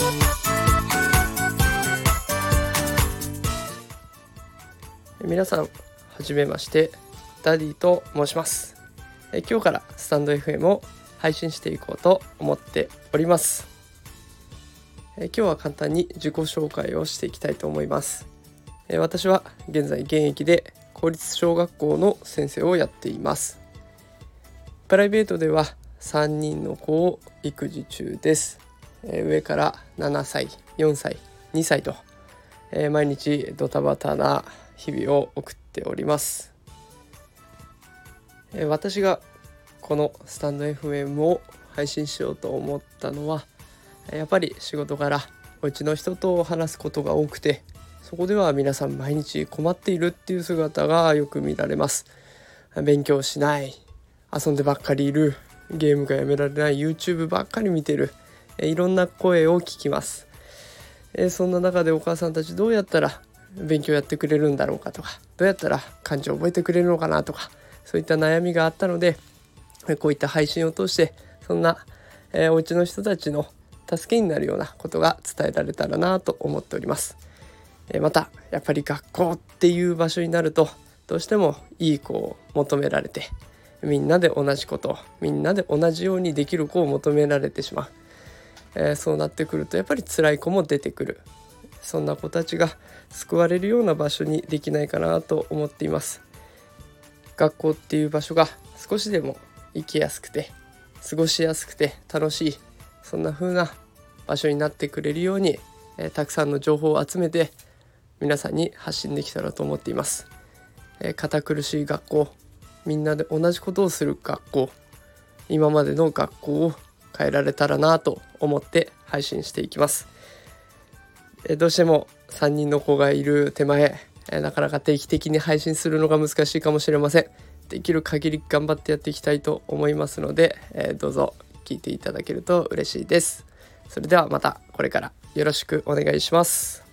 皆さんはじめまして、ダディと申します。今日からスタンド FM を配信していこうと思っております。今日は簡単に自己紹介をしていきたいと思います。私は現在現役で公立小学校の先生をやっています。プライベートでは3人の子を育児中です。上から7歳、4歳、2歳と、毎日ドタバタな日々を送っております。私がこのスタンド FM を配信しようと思ったのは、やっぱり仕事からお家の人と話すことが多くて、そこでは皆さん毎日困っているっていう姿がよく見られます。勉強しない、遊んでばっかりいる、ゲームがやめられない、 YouTube ばっかり見てる、いろんな声を聞きます。そんな中でお母さんたちどうやったら勉強やってくれるんだろうかとか、どうやったら漢字を覚えてくれるのかなとか、そういった悩みがあったので、こういった配信を通してそんな、お家の人たちの助けになるようなことが伝えられたらなと思っております。またやっぱり学校っていう場所になると、どうしてもいい子を求められて、みんなで同じこと、みんなで同じようにできる子を求められてしまう。そうなってくるとやっぱり辛い子も出てくる。そんな子たちが救われるような場所にできないかなと思っています。学校っていう場所が少しでも生きやすくて過ごしやすくて楽しい、そんな風な場所になってくれるように、たくさんの情報を集めて皆さんに発信できたらと思っています。堅苦しい学校、みんなで同じことをする学校、今までの学校を変えられたらなと思って配信していきます。どうしても3人の子がいる手前、なかなか定期的に配信するのが難しいかもしれません。できる限り頑張ってやっていきたいと思いますので、どうぞ聞いていただけると嬉しいです。それではまたこれからよろしくお願いします。